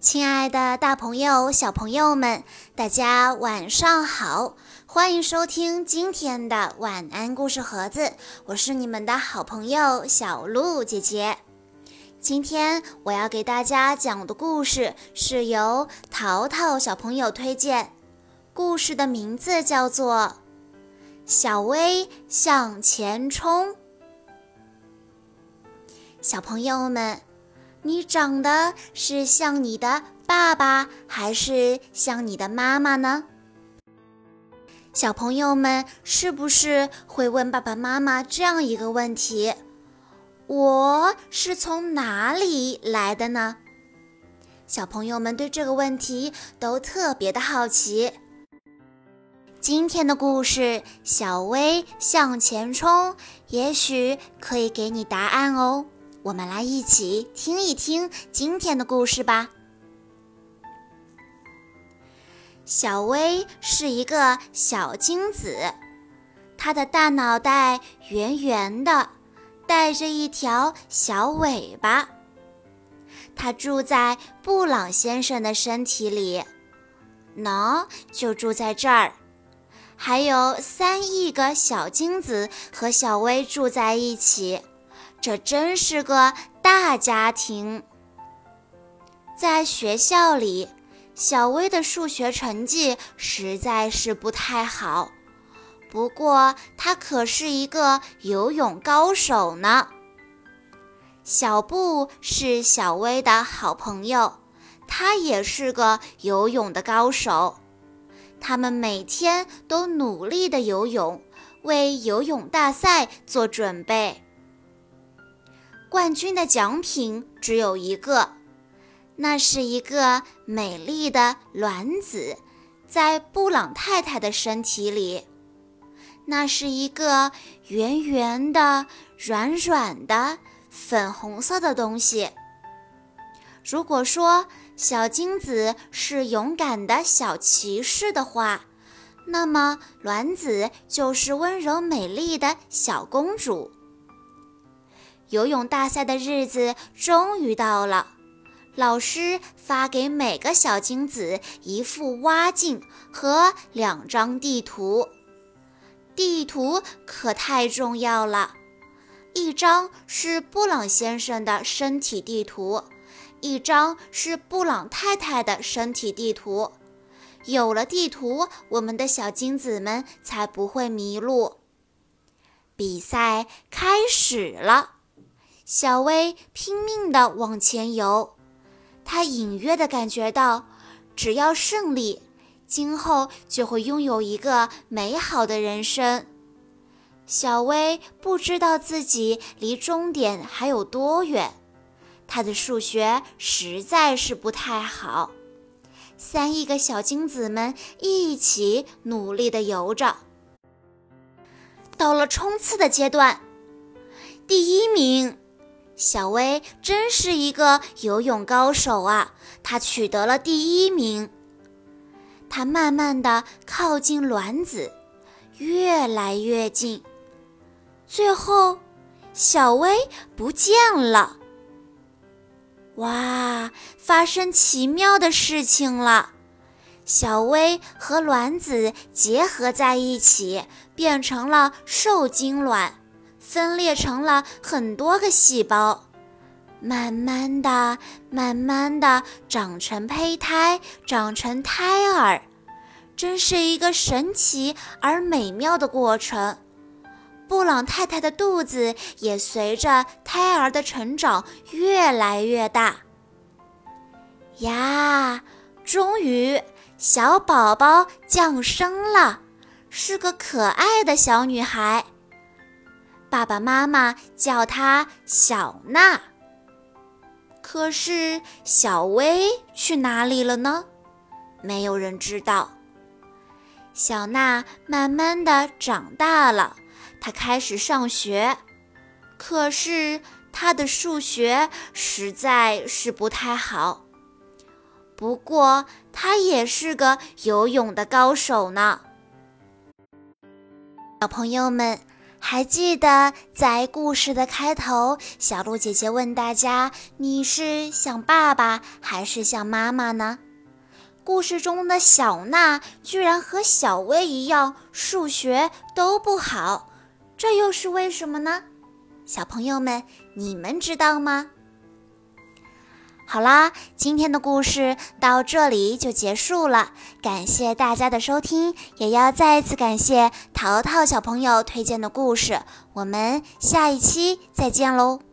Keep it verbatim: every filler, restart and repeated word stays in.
亲爱的大朋友、小朋友们，大家晚上好！欢迎收听今天的晚安故事盒子，我是你们的好朋友小鹿姐姐。今天我要给大家讲的故事是由淘淘小朋友推荐，故事的名字叫做《小薇向前冲》。小朋友们，你长得是像你的爸爸还是像你的妈妈呢？小朋友们是不是会问爸爸妈妈这样一个问题：我是从哪里来的呢？小朋友们对这个问题都特别的好奇。今天的故事《小薇向前冲》也许可以给你答案哦。我们来一起听一听今天的故事吧。小薇是一个小精子，她的大脑袋圆圆的，带着一条小尾巴。她住在布朗先生的身体里，喏，就住在这儿。还有三亿个小精子和小薇住在一起。这真是个大家庭。在学校里，小薇的数学成绩实在是不太好，不过她可是一个游泳高手呢。小布是小薇的好朋友，他也是个游泳的高手。他们每天都努力地游泳，为游泳大赛做准备。冠军的奖品只有一个，那是一个美丽的卵子，在布朗太太的身体里。那是一个圆圆的、软软的、粉红色的东西。如果说小精子是勇敢的小骑士的话，那么卵子就是温柔美丽的小公主。游泳大赛的日子终于到了，老师发给每个小精子一副蛙镜和两张地图。地图可太重要了，一张是布朗先生的身体地图，一张是布朗太太的身体地图。有了地图，我们的小精子们才不会迷路。比赛开始了。小薇拼命地往前游，她隐约地感觉到，只要胜利，今后就会拥有一个美好的人生。小薇不知道自己离终点还有多远，她的数学实在是不太好。三亿个小精子们一起努力地游着。到了冲刺的阶段，第一名。小薇真是一个游泳高手啊，她取得了第一名。她慢慢地靠近卵子，越来越近，最后小薇不见了。哇，发生奇妙的事情了！小薇和卵子结合在一起，变成了受精卵，分裂成了很多个细胞，慢慢的、慢慢的长成胚胎，长成胎儿，真是一个神奇而美妙的过程。布朗太太的肚子也随着胎儿的成长越来越大。呀，终于小宝宝降生了，是个可爱的小女孩。爸爸妈妈叫她小娜。可是小薇去哪里了呢？没有人知道。小娜慢慢地长大了，她开始上学，可是她的数学实在是不太好。不过她也是个游泳的高手呢。小朋友们， 还记得在故事的开头，小鹿姐姐问大家，你是像爸爸还是像妈妈呢？故事中的小娜居然和小薇一样，数学都不好，这又是为什么呢？小朋友们，你们知道吗？好啦，今天的故事到这里就结束了，感谢大家的收听，也要再次感谢淘淘小朋友推荐的故事，我们下一期再见喽。